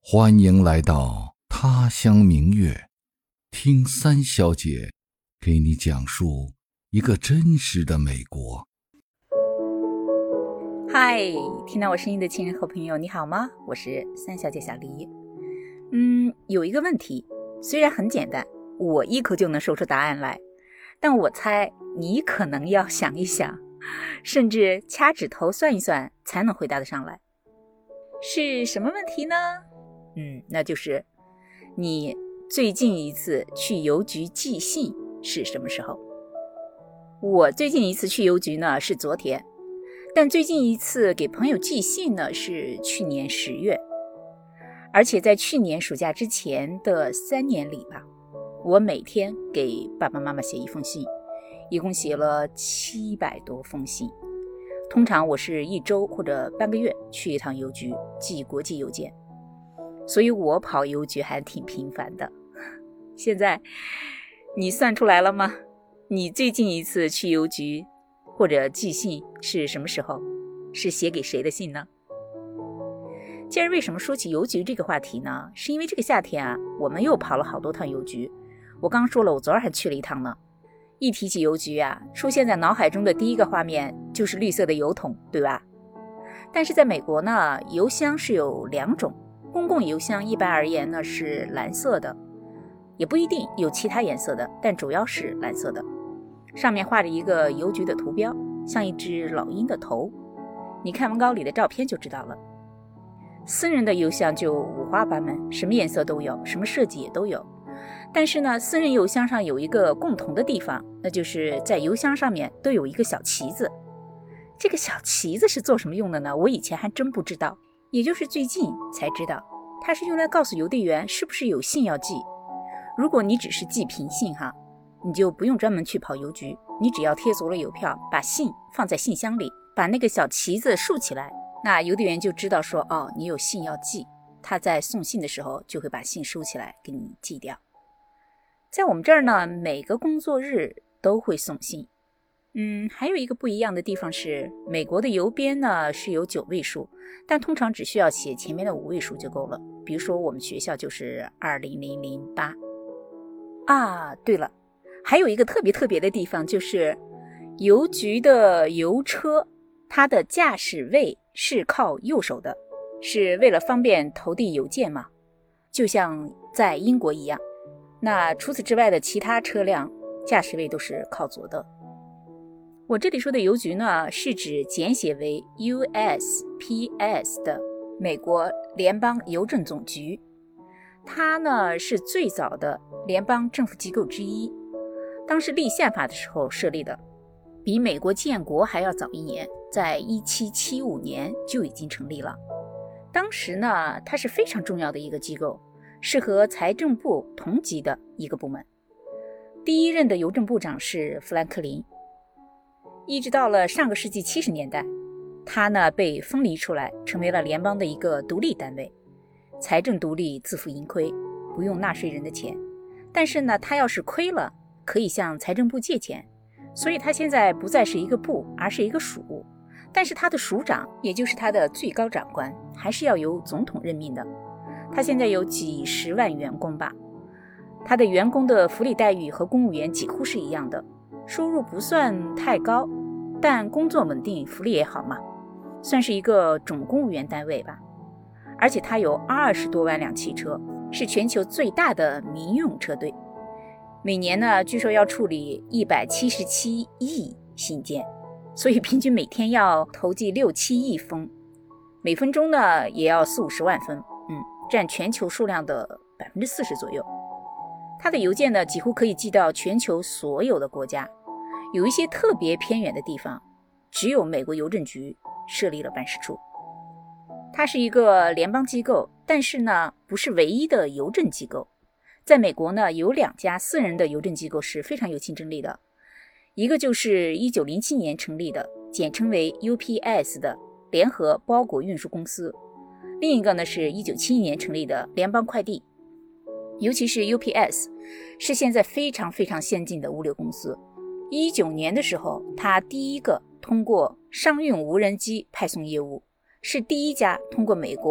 欢迎来到他乡明月，听三小姐给你讲述一个真实的美国。 嗨，听到我声音的亲人和朋友，你好吗？我是三小姐小黎。有一个问题，虽然很简单，我一口就能说出答案来，但我猜你可能要想一想，甚至掐指头算一算才能回答得上来。是什么问题呢？那就是你最近一次去邮局寄信是什么时候？我最近一次去邮局呢是昨天，但最近一次给朋友寄信呢是去年10月，而且在去年暑假之前的3年里吧，我每天给爸爸妈妈写一封信，一共写了700多封信。通常我是1周或者半个月去一趟邮局寄国际邮件，所以我跑邮局还挺频繁的。现在你算出来了吗？你最近一次去邮局或者寄信是什么时候？是写给谁的信呢？今儿为什么说起邮局这个话题呢？是因为这个夏天啊，我们又跑了好多趟邮局。我刚说了，我昨儿还去了一趟呢。一提起邮局啊，出现在脑海中的第一个画面就是绿色的邮筒，对吧？但是在美国呢，邮箱是有2种，公共邮箱一般而言呢是蓝色的，也不一定有其他颜色的，但主要是蓝色的，上面画着一个邮局的图标，像一只老鹰的头，你看文稿里的照片就知道了。私人的邮箱就五花八门，什么颜色都有，什么设计也都有。但是呢，私人邮箱上有一个共同的地方，那就是在邮箱上面都有一个小旗子。这个小旗子是做什么用的呢？我以前还真不知道，也就是最近才知道，它是用来告诉邮递员是不是有信要寄。如果你只是寄平信你就不用专门去跑邮局，你只要贴足了邮票，把信放在信箱里，把那个小旗子竖起来，那邮递员就知道说，你有信要寄，他在送信的时候就会把信收起来给你寄掉。在我们这儿呢，每个工作日都会送信。还有一个不一样的地方是，美国的邮编呢是有9位数，但通常只需要写前面的5位数就够了。比如说我们学校就是20008。对了，还有一个特别的地方，就是邮局的邮车，它的驾驶位是靠右手的，是为了方便投递邮件嘛，就像在英国一样。那除此之外的其他车辆驾驶位都是靠左的。我这里说的邮局呢，是指简写为 USPS 的美国联邦邮政总局。它呢是最早的联邦政府机构之一，当时立宪法的时候设立的，比美国建国还要早1年，在1775年就已经成立了。当时呢，它是非常重要的一个机构，是和财政部同级的一个部门。第一任的邮政部长是富兰克林，一直到了上个世纪70年代，他呢被分离出来，成为了联邦的一个独立单位，财政独立，自负盈亏，不用纳税人的钱。但是呢，他要是亏了，可以向财政部借钱，所以他现在不再是一个部，而是一个署。但是他的署长，也就是他的最高长官，还是要由总统任命的。他现在有几十万员工吧，他的员工的福利待遇和公务员几乎是一样的，收入不算太高，但工作稳定，福利也好嘛，算是一个总公务员单位吧。而且他有20多万辆汽车，是全球最大的民用车队。每年呢，据说要处理177亿信件，所以平均每天要投寄6-7亿封，每分钟呢也要40-50万封，占全球数量的40%左右。它的邮件呢几乎可以寄到全球所有的国家，有一些特别偏远的地方，只有美国邮政局设立了办事处。它是一个联邦机构，但是呢不是唯一的邮政机构。在美国呢，有2家私人的邮政机构是非常有竞争力的，一个就是1907年成立的，简称为 UPS 的联合包裹运输公司，另一个呢是1971年成立的联邦快递。尤其是 UPS 是现在非常先进的物流公司。19年的时候，它第一个通过商用无人机派送业务，是第一家通过美国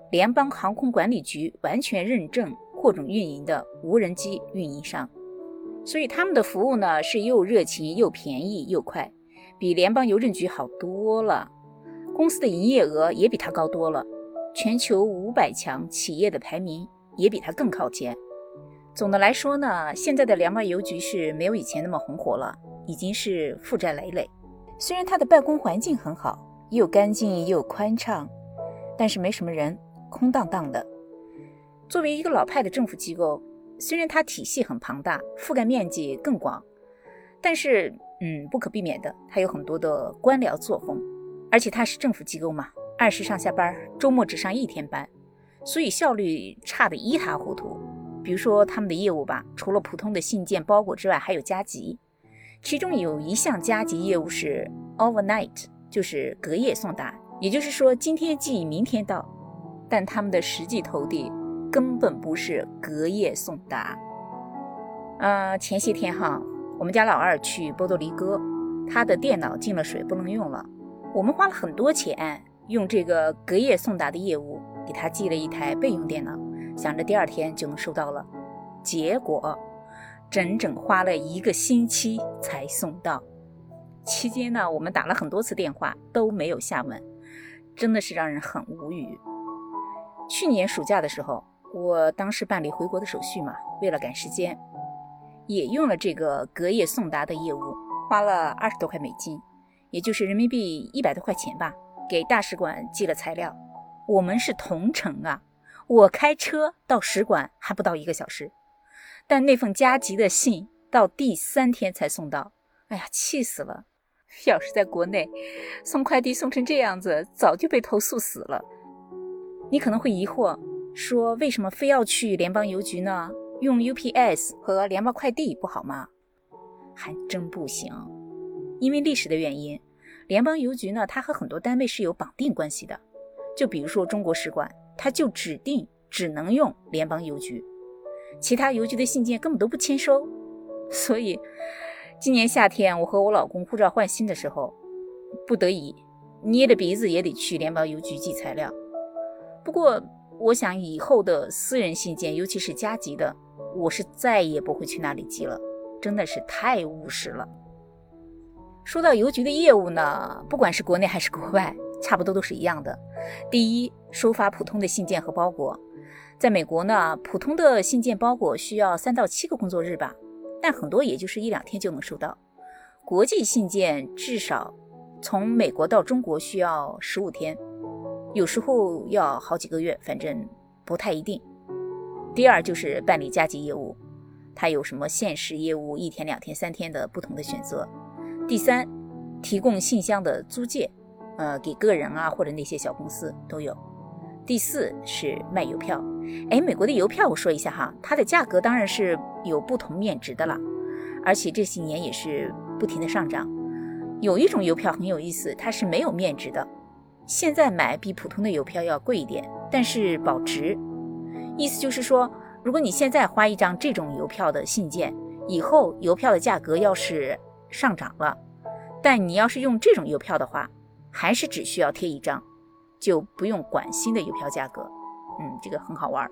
联邦航空管理局完全认证获准运营的无人机运营商。所以他们的服务呢是又热情又便宜又快，比联邦邮政局好多了。公司的营业额也比它高多了，全球500强企业的排名也比它更靠前。总的来说呢，现在的联邦邮局是没有以前那么红火了，已经是负债累累。虽然它的办公环境很好，又干净又宽敞，但是没什么人，空荡荡的。作为一个老派的政府机构，虽然它体系很庞大，覆盖面积更广，但是不可避免的，它有很多的官僚作风。而且它是政府机构嘛，20时上下班，周末只上1天班，所以效率差得一塌糊涂。比如说他们的业务吧，除了普通的信件包裹之外，还有加急。其中有一项加急业务是 overnight， 就是隔夜送达，也就是说今天寄明天到，但他们的实际投递根本不是隔夜送达。前些天我们家老二去波多黎各，他的电脑进了水不能用了，我们花了很多钱用这个隔夜送达的业务给他寄了一台备用电脑，想着第2天就能收到了，结果整整花了1个星期才送到。期间呢，我们打了很多次电话都没有下文，真的是让人很无语。去年暑假的时候，我当时办理回国的手续嘛，为了赶时间，也用了这个隔夜送达的业务，花了20多块美金，也就是人民币100多块钱吧，给大使馆寄了材料。我们是同城啊，我开车到使馆还不到1个小时，但那份加急的信到第3天才送到，哎呀，气死了！要是在国内送快递送成这样子，早就被投诉死了。你可能会疑惑，说为什么非要去联邦邮局呢？用 UPS 和联邦快递不好吗？还真不行。因为历史的原因，联邦邮局呢，它和很多单位是有绑定关系的。就比如说中国使馆，它就指定只能用联邦邮局，其他邮局的信件根本都不签收。所以今年夏天我和我老公护照换新的时候，不得已捏着鼻子也得去联邦邮局寄材料。不过我想以后的私人信件，尤其是加急的，我是再也不会去那里寄了，真的是太务实了。说到邮局的业务呢，不管是国内还是国外，差不多都是一样的。第一，收发普通的信件和包裹。在美国呢，普通的信件包裹需要3到7个工作日吧，但很多也就是1-2天就能收到。国际信件至少从美国到中国需要15天，有时候要好几个月，反正不太一定。第二就是办理加急业务，它有什么限时业务1天、2天、3天的不同的选择。第三，提供信箱的租借，给个人啊或者那些小公司都有。第四是卖邮票。美国的邮票我说一下它的价格当然是有不同面值的了，而且这些年也是不停的上涨。有一种邮票很有意思，它是没有面值的，现在买比普通的邮票要贵一点，但是保值。意思就是说，如果你现在花一张这种邮票的信件，以后邮票的价格要是上涨了，但你要是用这种邮票的话，还是只需要贴一张，就不用管新的邮票价格。这个很好玩。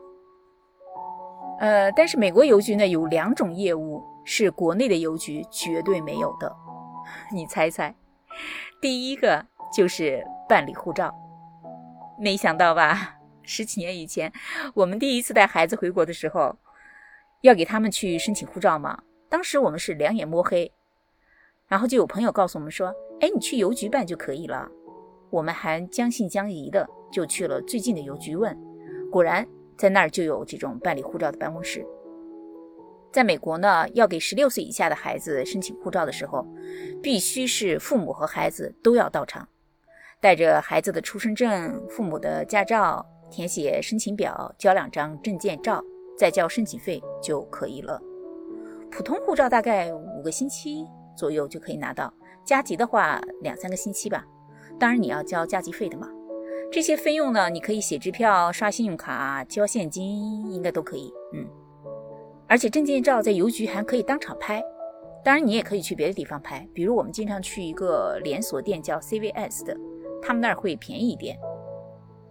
但是美国邮局呢，有2种业务是国内的邮局绝对没有的，你猜猜？第一个就是办理护照。没想到吧，10几年以前，我们第一次带孩子回国的时候，要给他们去申请护照嘛，当时我们是两眼摸黑，然后就有朋友告诉我们说，你去邮局办就可以了。我们还将信将疑的就去了最近的邮局问，果然在那儿就有这种办理护照的办公室。在美国呢，要给16岁以下的孩子申请护照的时候，必须是父母和孩子都要到场，带着孩子的出生证、父母的驾照，填写申请表，交2张证件照，再交申请费就可以了。普通护照大概5个星期左右就可以拿到，加急的话2-3个星期吧，当然你要交加急费的嘛。这些费用呢，你可以写支票、刷信用卡、交现金，应该都可以。而且证件照在邮局还可以当场拍，当然你也可以去别的地方拍，比如我们经常去一个连锁店叫 CVS 的，他们那儿会便宜一点。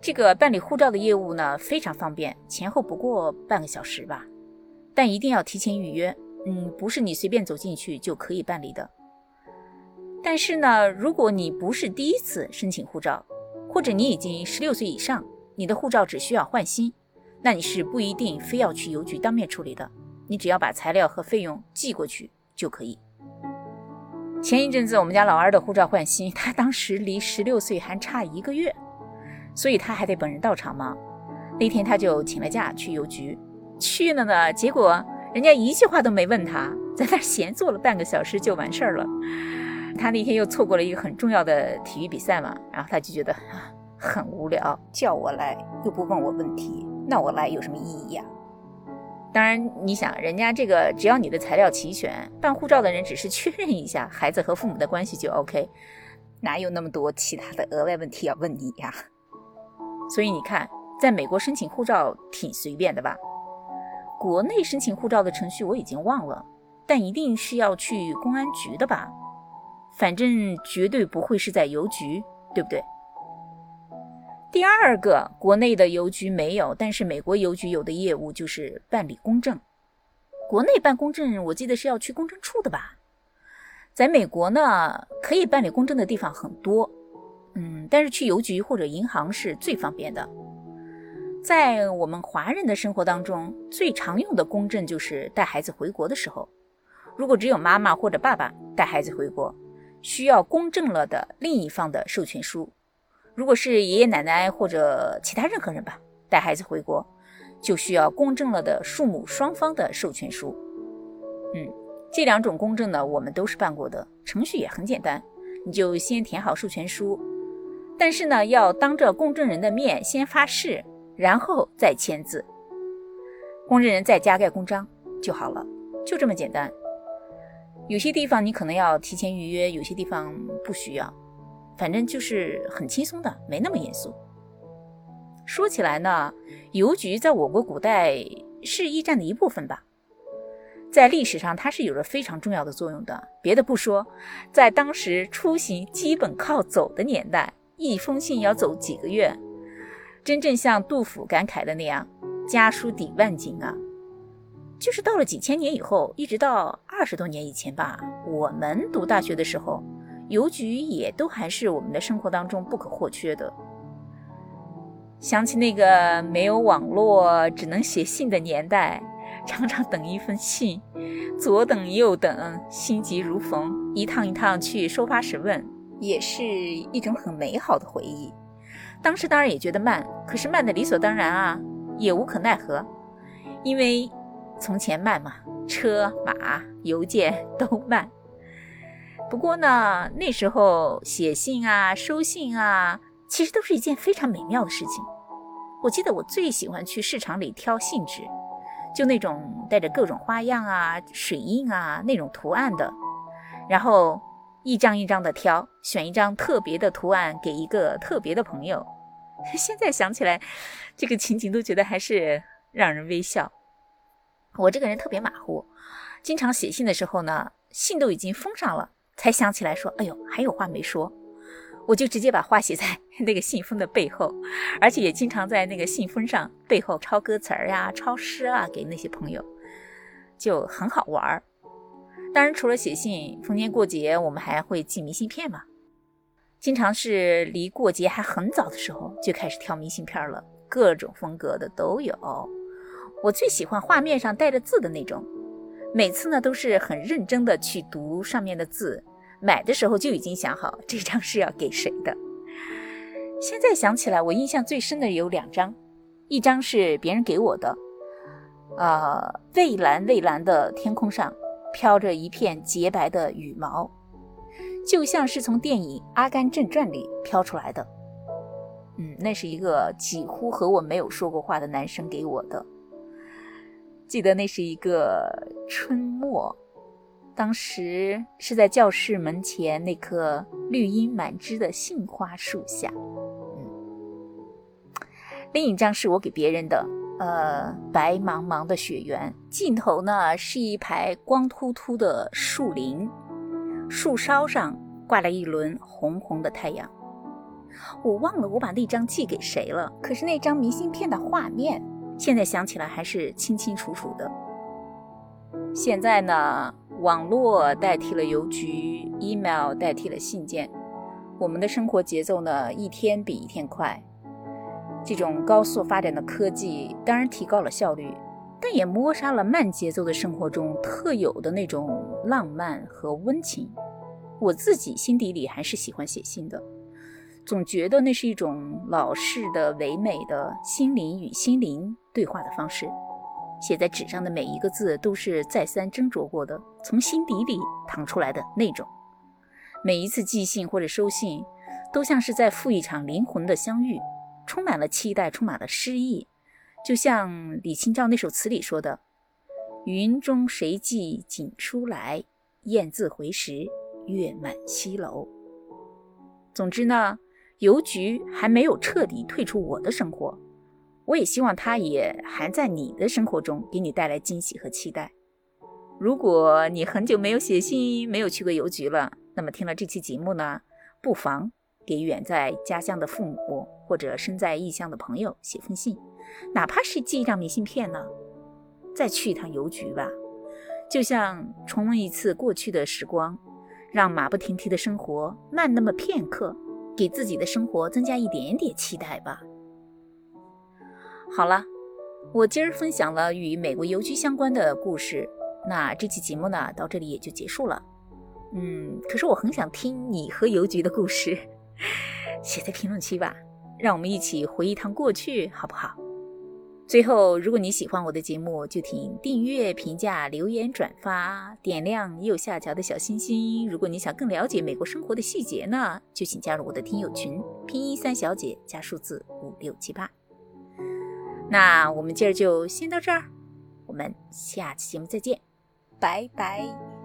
这个办理护照的业务呢非常方便，前后不过半个小时吧，但一定要提前预约，不是你随便走进去就可以办理的。但是呢，如果你不是第一次申请护照，或者你已经16岁以上，你的护照只需要换新，那你是不一定非要去邮局当面处理的，你只要把材料和费用寄过去就可以。前一阵子我们家老二的护照换新，他当时离16岁还差1个月，所以他还得本人到场嘛。那天他就请了假去邮局，去了呢，结果人家一句话都没问他，在那闲坐了半个小时就完事儿了。他那天又错过了一个很重要的体育比赛嘛，然后他就觉得很无聊，叫我来又不问我问题，那我来有什么意义呀？当然你想，人家这个只要你的材料齐全，办护照的人只是确认一下孩子和父母的关系就 OK， 哪有那么多其他的额外问题要问你呀？所以你看，在美国申请护照挺随便的吧？国内申请护照的程序我已经忘了，但一定是要去公安局的吧？反正绝对不会是在邮局，对不对？第二个，国内的邮局没有，但是美国邮局有的业务就是办理公证。国内办公证我记得是要去公证处的吧？在美国呢，可以办理公证的地方很多，但是去邮局或者银行是最方便的。在我们华人的生活当中，最常用的公证就是带孩子回国的时候，如果只有妈妈或者爸爸带孩子回国，需要公证了的另一方的授权书。如果是爷爷奶奶或者其他任何人吧，带孩子回国，就需要公证了的父母双方的授权书。这2种公证呢，我们都是办过的，程序也很简单，你就先填好授权书，但是呢，要当着公证人的面先发誓，然后再签字，公证人再加盖公章就好了，就这么简单。有些地方你可能要提前预约，有些地方不需要，反正就是很轻松的，没那么严肃。说起来呢，邮局在我国古代是驿站的一部分吧，在历史上它是有着非常重要的作用的。别的不说，在当时出行基本靠走的年代，一封信要走几个月，真正像杜甫感慨的那样，家书抵万金啊。就是到了几千年以后，一直到20多年以前吧，我们读大学的时候，邮局也都还是我们的生活当中不可或缺的。想起那个没有网络只能写信的年代，常常等一封信，左等右等，心急如焚，一趟一趟去收发室问，也是一种很美好的回忆。当时当然也觉得慢，可是慢的理所当然啊，也无可奈何，因为从前慢嘛，车马邮件都慢。不过呢，那时候写信啊收信啊，其实都是一件非常美妙的事情。我记得我最喜欢去市场里挑信纸，就那种带着各种花样啊水印啊那种图案的，然后一张一张的挑，选一张特别的图案给一个特别的朋友。现在想起来这个情景都觉得还是让人微笑。我这个人特别马虎，经常写信的时候呢，信都已经封上了，才想起来说哎呦还有话没说，我就直接把话写在那个信封的背后，而且也经常在那个信封上背后抄歌词啊抄诗啊给那些朋友，就很好玩。当然除了写信，逢年过节我们还会寄明信片嘛，经常是离过节还很早的时候就开始挑明信片了，各种风格的都有。我最喜欢画面上带着字的那种，每次呢都是很认真的去读上面的字，买的时候就已经想好这张是要给谁的。现在想起来，我印象最深的有2张，一张是别人给我的，蔚蓝蔚蓝的天空上飘着一片洁白的羽毛，就像是从电影《阿甘正传》里飘出来的。那是一个几乎和我没有说过话的男生给我的。记得那是一个春末，当时是在教室门前那棵绿荫满枝的杏花树下。另一张是我给别人的，白茫茫的雪原，尽头呢是一排光秃秃的树林，树梢上挂了一轮红红的太阳。 我忘了我把那张寄给谁了，可是那张明信片的画面现在想起来还是清清楚楚的。现在呢，网络代替了邮局， email 代替了信件，我们的生活节奏呢一天比一天快。这种高速发展的科技当然提高了效率，但也抹杀了慢节奏的生活中特有的那种浪漫和温情。我自己心底里还是喜欢写信的，总觉得那是一种老式的唯美的心灵与心灵对话的方式。写在纸上的每一个字都是再三斟酌过的，从心底里淌出来的那种。每一次寄信或者收信都像是在赴一场灵魂的相遇，充满了期待，充满了诗意。就像李清照那首词里说的，云中谁寄锦书来，雁字回时，月满西楼。总之呢，邮局还没有彻底退出我的生活，我也希望它也还在你的生活中给你带来惊喜和期待。如果你很久没有写信，没有去过邮局了，那么听了这期节目呢，不妨给远在家乡的父母或者身在异乡的朋友写封信，哪怕是寄一张明信片呢，再去一趟邮局吧，就像重温一次过去的时光，让马不停蹄的生活慢那么片刻，给自己的生活增加一点点期待吧。好了，我今儿分享了与美国邮局相关的故事，那这期节目呢，到这里也就结束了。可是我很想听你和邮局的故事，写在评论区吧，让我们一起回一趟过去，好不好？最后，如果你喜欢我的节目，就请订阅、评价、留言、转发，点亮右下角的小心心。如果你想更了解美国生活的细节呢，就请加入我的听友群，拼音3小姐加数字5678。那我们今儿就先到这儿，我们下期节目再见，拜拜。